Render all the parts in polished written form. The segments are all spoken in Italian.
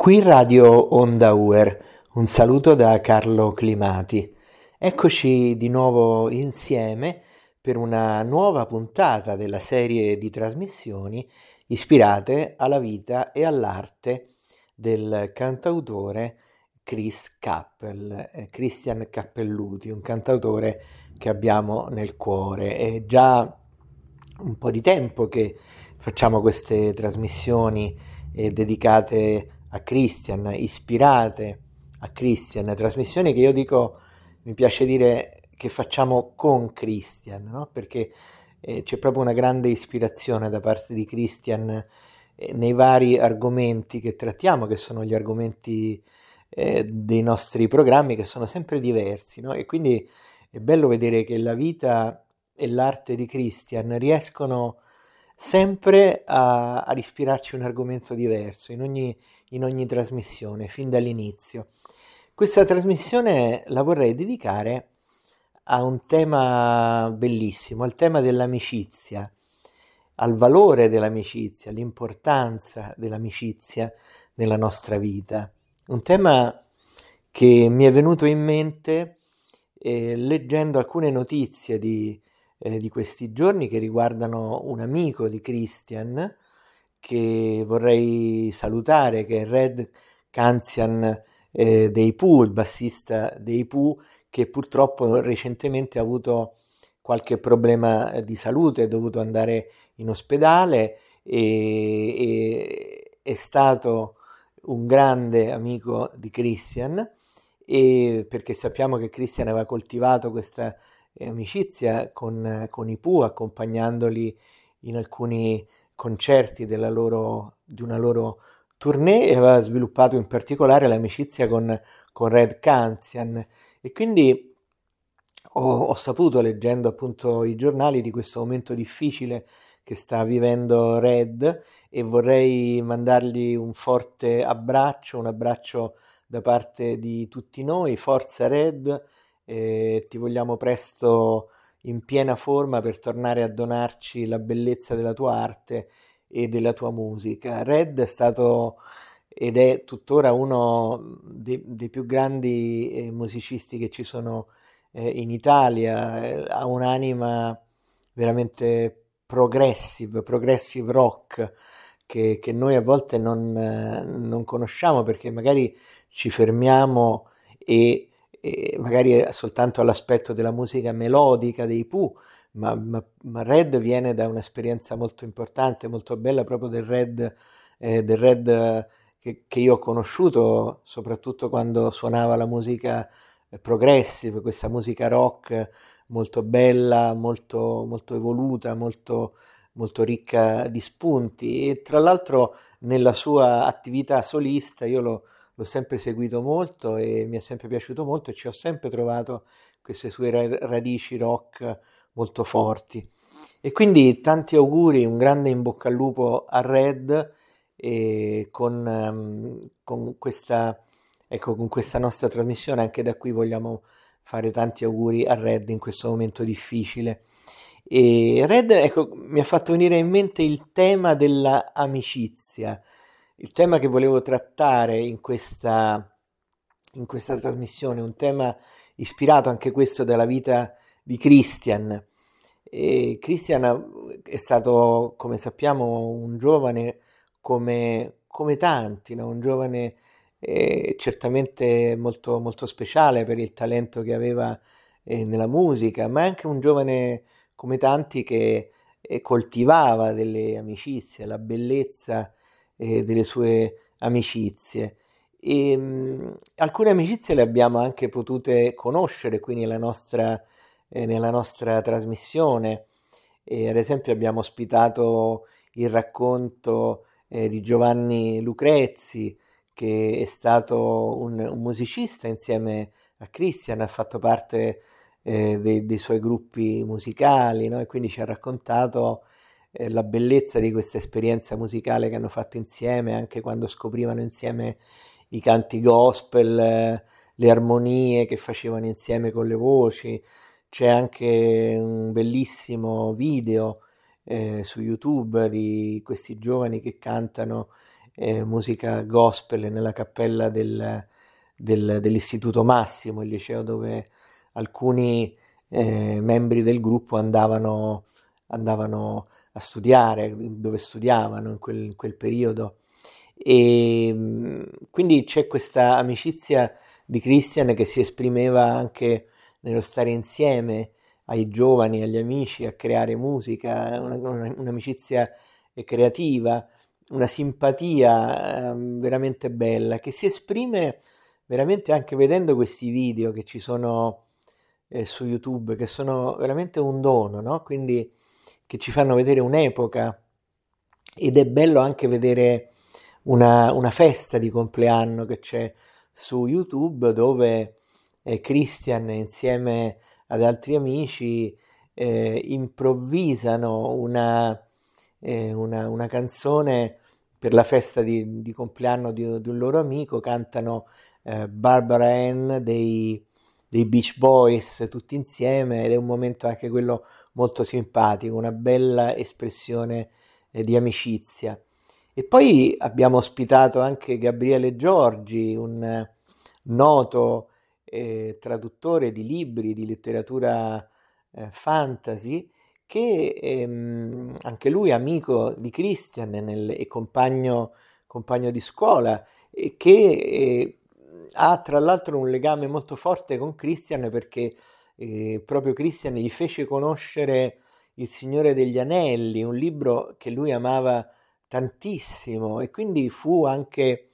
Qui Radio Onda Uer, un saluto da Carlo Climati. Eccoci di nuovo insieme per una nuova puntata della serie di trasmissioni ispirate alla vita e all'arte del cantautore Christian Cappelluti, un cantautore che abbiamo nel cuore. È già un po' di tempo che facciamo queste trasmissioni dedicate a Christian, ispirate a Christian, trasmissioni che io dico, mi piace dire che facciamo con Christian, no? Perché c'è proprio una grande ispirazione da parte di Christian nei vari argomenti che trattiamo, che sono gli argomenti dei nostri programmi, che sono sempre diversi, no? E quindi è bello vedere che la vita e l'arte di Christian riescono sempre ad ispirarci un argomento diverso in ogni trasmissione, fin dall'inizio. Questa trasmissione la vorrei dedicare a un tema bellissimo, al tema dell'amicizia, al valore dell'amicizia, all'importanza dell'amicizia nella nostra vita. Un tema che mi è venuto in mente leggendo alcune notizie di questi giorni che riguardano un amico di Christian che vorrei salutare, che è Red Canzian dei Pooh, il bassista dei Pooh, che purtroppo recentemente ha avuto qualche problema di salute, è dovuto andare in ospedale e è stato un grande amico di Christian, e perché sappiamo che Christian aveva coltivato questa amicizia con i Pooh, accompagnandoli in alcuni concerti di una loro tournée, e aveva sviluppato in particolare l'amicizia con Red Canzian. E quindi ho saputo, leggendo appunto i giornali, di questo momento difficile che sta vivendo Red, e vorrei mandargli un forte abbraccio, un abbraccio da parte di tutti noi. Forza Red, ti vogliamo presto in piena forma per tornare a donarci la bellezza della tua arte e della tua musica. Red è stato ed è tuttora uno dei più grandi musicisti che ci sono in Italia. Ha un'anima veramente progressive rock, che noi a volte non conosciamo, perché magari ci fermiamo e magari soltanto all'aspetto della musica melodica dei Pooh, ma Red viene da un'esperienza molto importante, molto bella, proprio del Red che io ho conosciuto soprattutto quando suonava la musica progressive, questa musica rock molto bella, molto evoluta, molto ricca di spunti. E tra l'altro nella sua attività solista io l'ho sempre seguito molto e mi è sempre piaciuto molto, e ci ho sempre trovato queste sue radici rock molto forti. E quindi tanti auguri, un grande in bocca al lupo a Red, e con questa, ecco, con questa nostra trasmissione anche da qui vogliamo fare tanti auguri a Red in questo momento difficile. E Red, ecco, mi ha fatto venire in mente il tema della amicizia, il tema che volevo trattare in questa trasmissione, un tema ispirato anche questo dalla vita di Christian. E Christian è stato, come sappiamo, un giovane come tanti, no? Un giovane certamente molto speciale per il talento che aveva nella musica, ma è anche un giovane come tanti che coltivava delle amicizie, la bellezza delle sue amicizie. E alcune amicizie le abbiamo anche potute conoscere qui nella nostra trasmissione. E ad esempio abbiamo ospitato il racconto di Giovanni Lucrezzi, che è stato un musicista insieme a Christian, ha fatto parte dei suoi gruppi musicali, no? E quindi ci ha raccontato la bellezza di questa esperienza musicale che hanno fatto insieme, anche quando scoprivano insieme i canti gospel, le armonie che facevano insieme con le voci. C'è anche un bellissimo video su YouTube di questi giovani che cantano musica gospel nella cappella dell'Istituto Massimo, il liceo dove alcuni membri del gruppo andavano a studiare, dove studiavano in quel periodo. E quindi c'è questa amicizia di Christian che si esprimeva anche nello stare insieme ai giovani, agli amici, a creare musica, un'amicizia creativa, una simpatia veramente bella, che si esprime veramente anche vedendo questi video che ci sono su YouTube, che sono veramente un dono, no? Quindi che ci fanno vedere un'epoca, ed è bello anche vedere una festa di compleanno che c'è su YouTube dove Christian insieme ad altri amici improvvisano una canzone per la festa di compleanno di un loro amico, cantano Barbara Ann dei Beach Boys tutti insieme, ed è un momento anche quello molto simpatico, una bella espressione di amicizia. E poi abbiamo ospitato anche Gabriele Giorgi, un noto traduttore di libri di letteratura fantasy, che anche lui amico di Christian e compagno di scuola, e che ha tra l'altro un legame molto forte con Christian perché proprio Christian gli fece conoscere Il Signore degli Anelli, un libro che lui amava tantissimo, e quindi fu anche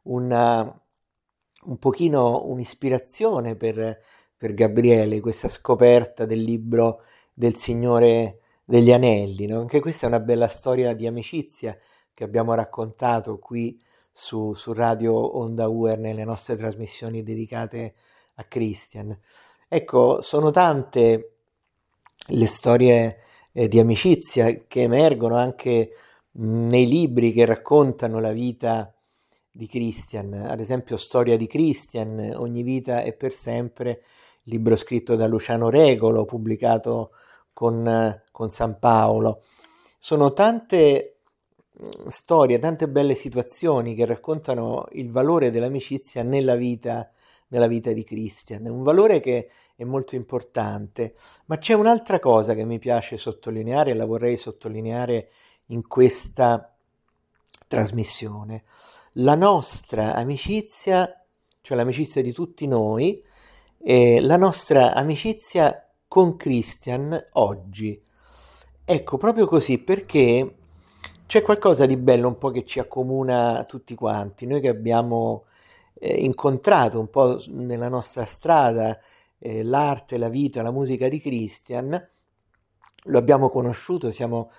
un pochino un'ispirazione per Gabriele, questa scoperta del libro del Signore degli Anelli, no? Anche questa è una bella storia di amicizia che abbiamo raccontato qui su Radio Onda Uer nelle nostre trasmissioni dedicate a Christian. Ecco, sono tante le storie di amicizia che emergono anche nei libri che raccontano la vita di Christian, ad esempio Storia di Christian, Ogni vita è per sempre, libro scritto da Luciano Regolo, pubblicato con San Paolo. Sono tante storie, tante belle situazioni che raccontano il valore dell'amicizia nella vita di Christian, un valore che è molto importante. Ma c'è un'altra cosa che mi piace sottolineare e la vorrei sottolineare in questa trasmissione. La nostra amicizia, cioè l'amicizia di tutti noi, la nostra amicizia con Christian oggi. Ecco, proprio così, perché c'è qualcosa di bello un po' che ci accomuna tutti quanti, noi che abbiamo incontrato un po' nella nostra strada l'arte, la vita, la musica di Christian, lo abbiamo conosciuto, siamo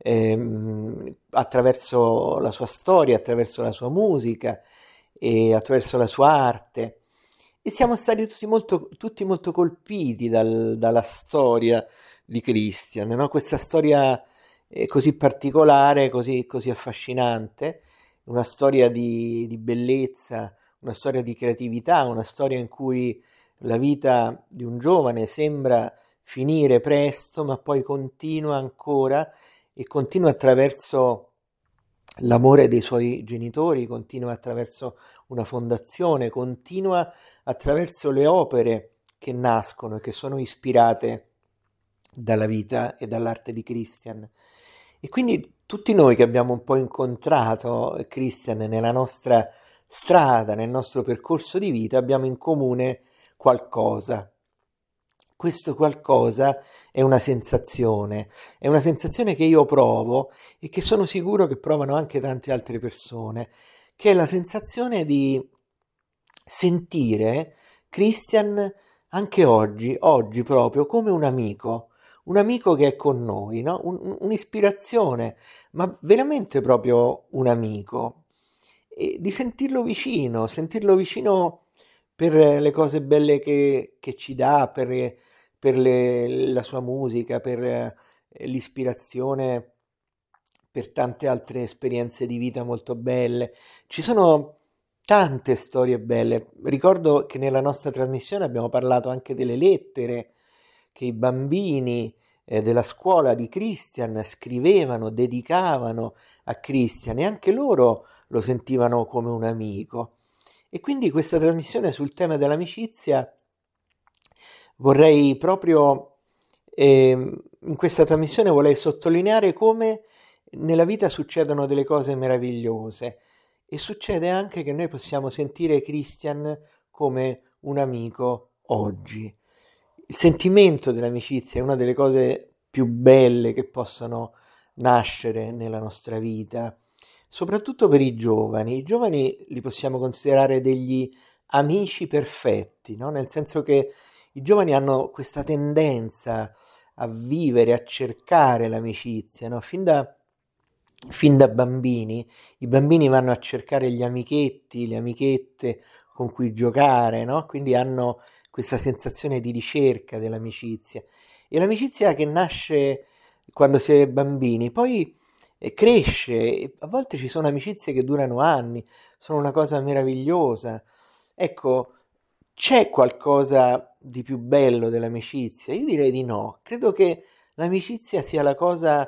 attraverso la sua storia, attraverso la sua musica e attraverso la sua arte, e siamo stati tutti molto colpiti dalla storia di Christian, no? Questa storia così particolare, così affascinante, una storia di bellezza, una storia di creatività, una storia in cui la vita di un giovane sembra finire presto, ma poi continua ancora, e continua attraverso l'amore dei suoi genitori, continua attraverso una fondazione, continua attraverso le opere che nascono e che sono ispirate dalla vita e dall'arte di Christian. E quindi tutti noi che abbiamo un po' incontrato Christian nella nostra strada, nel nostro percorso di vita, abbiamo in comune qualcosa. Questo qualcosa è una sensazione che io provo e che sono sicuro che provano anche tante altre persone, che è la sensazione di sentire Christian anche oggi proprio come un amico che è con noi, no? Un'ispirazione, ma veramente proprio un amico. E di sentirlo vicino per le cose belle che ci dà, per la sua musica, per l'ispirazione, per tante altre esperienze di vita molto belle. Ci sono tante storie belle. Ricordo che nella nostra trasmissione abbiamo parlato anche delle lettere che i bambini della scuola di Christian scrivevano, dedicavano a Christian e anche loro lo sentivano come un amico. E quindi questa trasmissione sul tema dell'amicizia vorrei proprio, in questa trasmissione vorrei sottolineare come nella vita succedono delle cose meravigliose e succede anche che noi possiamo sentire Christian come un amico oggi. Il sentimento dell'amicizia è una delle cose più belle che possono nascere nella nostra vita, soprattutto per i giovani. I giovani li possiamo considerare degli amici perfetti, no? Nel senso che i giovani hanno questa tendenza a vivere, a cercare l'amicizia, no? Fin da bambini, i bambini vanno a cercare gli amichetti, le amichette con cui giocare, no? Quindi hanno questa sensazione di ricerca dell'amicizia. E l'amicizia che nasce quando si è bambini, poi cresce, e a volte ci sono amicizie che durano anni, sono una cosa meravigliosa. Ecco, c'è qualcosa di più bello dell'amicizia? Io direi di no. Credo che l'amicizia sia la cosa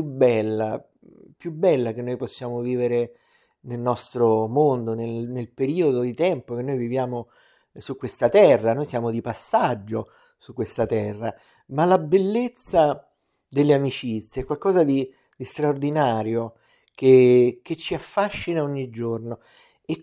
più bella che noi possiamo vivere nel nostro mondo, nel periodo di tempo che noi viviamo su questa terra. Noi siamo di passaggio su questa terra, ma la bellezza delle amicizie è qualcosa di straordinario che ci affascina ogni giorno. E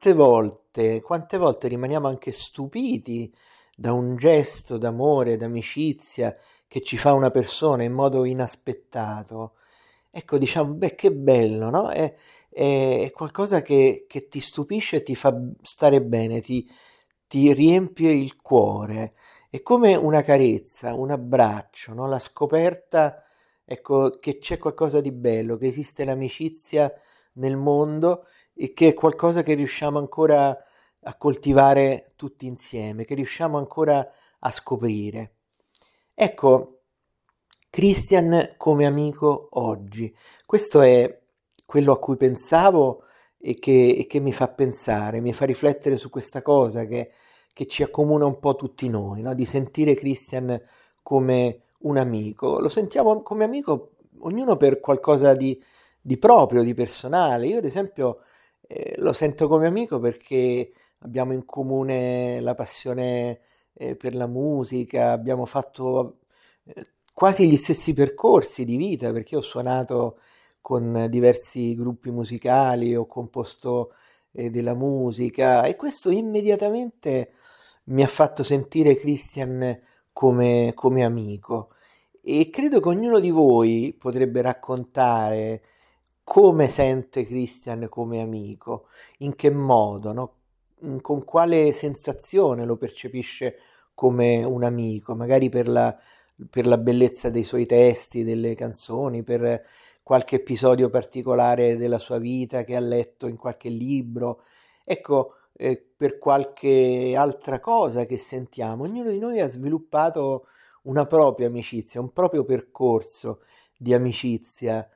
quante volte rimaniamo anche stupiti da un gesto d'amore, d'amicizia che ci fa una persona in modo inaspettato. Ecco, diciamo, beh, che bello, no? È qualcosa che ti stupisce e ti fa stare bene, ti riempie il cuore. È come una carezza, un abbraccio, no? La scoperta, ecco, che c'è qualcosa di bello, che esiste l'amicizia nel mondo e che è qualcosa che riusciamo ancora a coltivare tutti insieme, che riusciamo ancora a scoprire. Ecco, Christian come amico oggi. Questo è quello a cui pensavo e che mi fa pensare, mi fa riflettere su questa cosa che ci accomuna un po' tutti noi, no? Di sentire Christian come un amico. Lo sentiamo come amico ognuno per qualcosa di proprio, di personale. Io ad esempio lo sento come amico perché abbiamo in comune la passione per la musica, abbiamo fatto quasi gli stessi percorsi di vita, perché io ho suonato con diversi gruppi musicali, ho composto della musica e questo immediatamente mi ha fatto sentire Christian come amico. E credo che ognuno di voi potrebbe raccontare come sente Christian come amico, in che modo, no? Con quale sensazione lo percepisce come un amico, magari per la bellezza dei suoi testi, delle canzoni, per qualche episodio particolare della sua vita che ha letto in qualche libro, ecco, per qualche altra cosa che sentiamo. Ognuno di noi ha sviluppato una propria amicizia, un proprio percorso di amicizia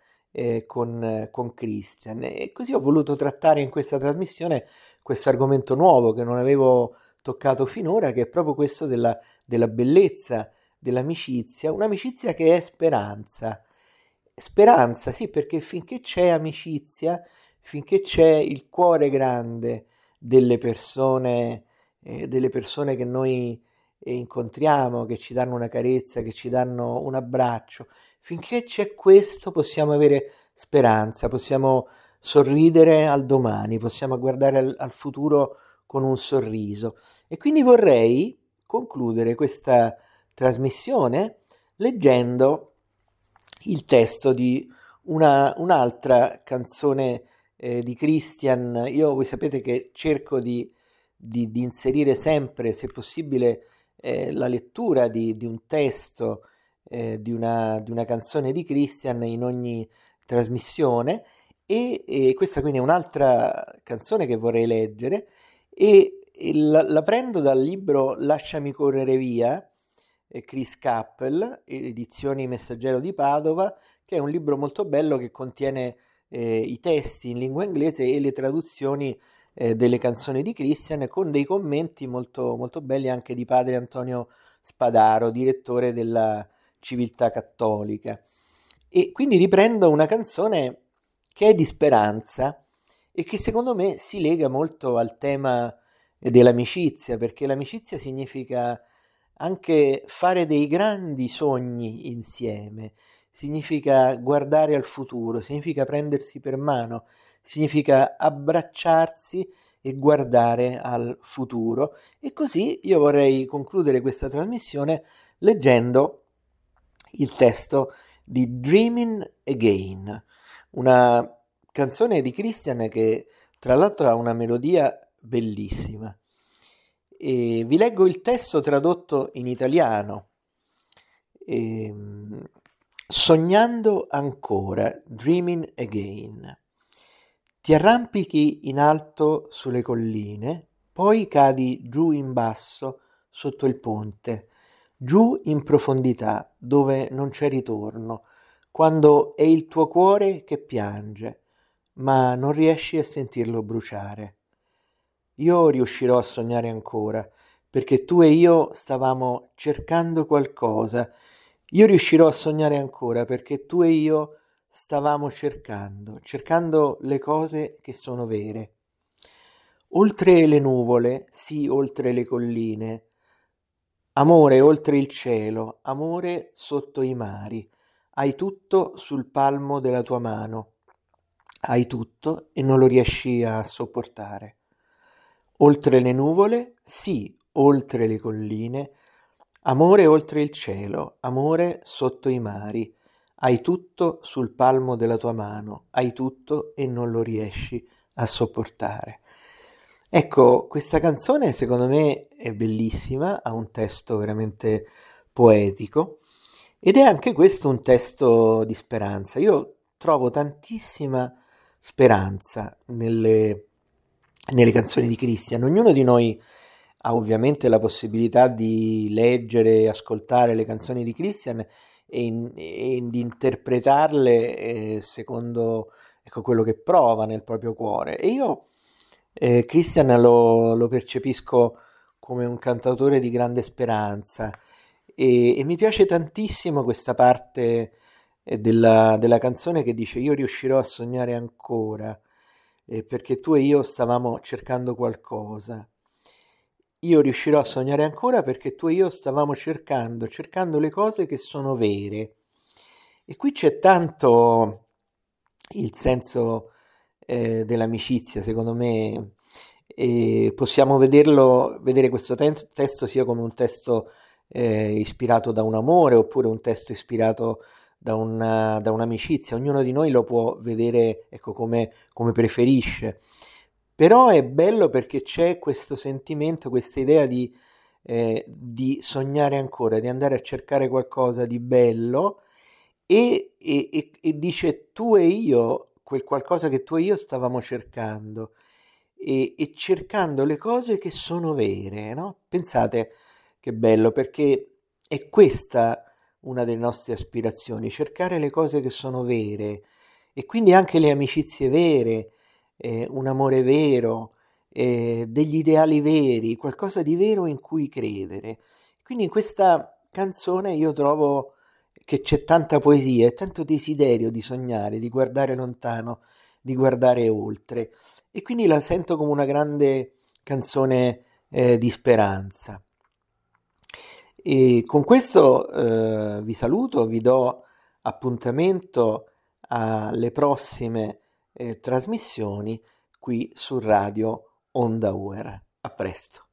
con Christian. E così ho voluto trattare in questa trasmissione questo argomento nuovo che non avevo toccato finora, che è proprio questo della bellezza dell'amicizia, un'amicizia che è speranza. Speranza, sì, perché finché c'è amicizia, finché c'è il cuore grande delle persone che noi incontriamo, che ci danno una carezza, che ci danno un abbraccio, finché c'è questo possiamo avere speranza, possiamo sorridere al domani, possiamo guardare al futuro con un sorriso. E quindi vorrei concludere questa trasmissione leggendo il testo di un'altra canzone di Christian. Voi sapete che cerco di inserire sempre, se possibile, la lettura di un testo di una canzone di Christian in ogni trasmissione e questa quindi è un'altra canzone che vorrei leggere e la prendo dal libro Lasciami correre via, Chris Cappell, edizioni Messaggero di Padova, che è un libro molto bello che contiene i testi in lingua inglese e le traduzioni delle canzoni di Christian con dei commenti molto, molto belli anche di padre Antonio Spadaro, direttore della civiltà cattolica. E quindi riprendo una canzone che è di speranza e che secondo me si lega molto al tema dell'amicizia, perché l'amicizia significa anche fare dei grandi sogni insieme, significa guardare al futuro, significa prendersi per mano, significa abbracciarsi e guardare al futuro. E così io vorrei concludere questa trasmissione leggendo il testo di Dreaming Again, una canzone di Christian che tra l'altro ha una melodia bellissima. E vi leggo il testo tradotto in italiano. Sognando ancora, Dreaming Again. Ti arrampichi in alto sulle colline, poi cadi giù in basso sotto il ponte, giù in profondità dove non c'è ritorno, quando è il tuo cuore che piange, ma non riesci a sentirlo bruciare. Io riuscirò a sognare ancora, perché tu e io stavamo cercando qualcosa. Io riuscirò a sognare ancora, perché tu e io stavamo cercando le cose che sono vere. Oltre le nuvole, sì, oltre le colline, amore oltre il cielo, amore sotto i mari, hai tutto sul palmo della tua mano, hai tutto e non lo riesci a sopportare. Oltre le nuvole, sì, oltre le colline, amore oltre il cielo, amore sotto i mari, hai tutto sul palmo della tua mano, hai tutto e non lo riesci a sopportare. Ecco, questa canzone secondo me è bellissima, ha un testo veramente poetico ed è anche questo un testo di speranza. Io trovo tantissima speranza nelle canzoni di Christian. Ognuno di noi ha ovviamente la possibilità di leggere e ascoltare le canzoni di Christian e di interpretarle secondo quello che prova nel proprio cuore. E io Christian lo percepisco come un cantautore di grande speranza e mi piace tantissimo questa parte della canzone che dice io riuscirò a sognare ancora perché tu e io stavamo cercando qualcosa. Io riuscirò a sognare ancora perché tu e io stavamo cercando le cose che sono vere. E qui c'è tanto il senso dell'amicizia, secondo me, e possiamo vedere questo testo sia come un testo ispirato da un amore oppure un testo ispirato da un'amicizia. Ognuno di noi lo può vedere ecco, come preferisce. Però è bello perché c'è questo sentimento, questa idea di sognare ancora, di andare a cercare qualcosa di bello e dice tu e io, quel qualcosa che tu e io stavamo cercando e cercando le cose che sono vere, no? Pensate che bello perché è questa una delle nostre aspirazioni, cercare le cose che sono vere e quindi anche le amicizie vere, un amore vero, degli ideali veri, qualcosa di vero in cui credere. Quindi in questa canzone io trovo che c'è tanta poesia e tanto desiderio di sognare, di guardare lontano, di guardare oltre. E quindi la sento come una grande canzone di speranza. E con questo vi saluto, vi do appuntamento alle prossime trasmissioni qui su Radio Onda Uer. A presto.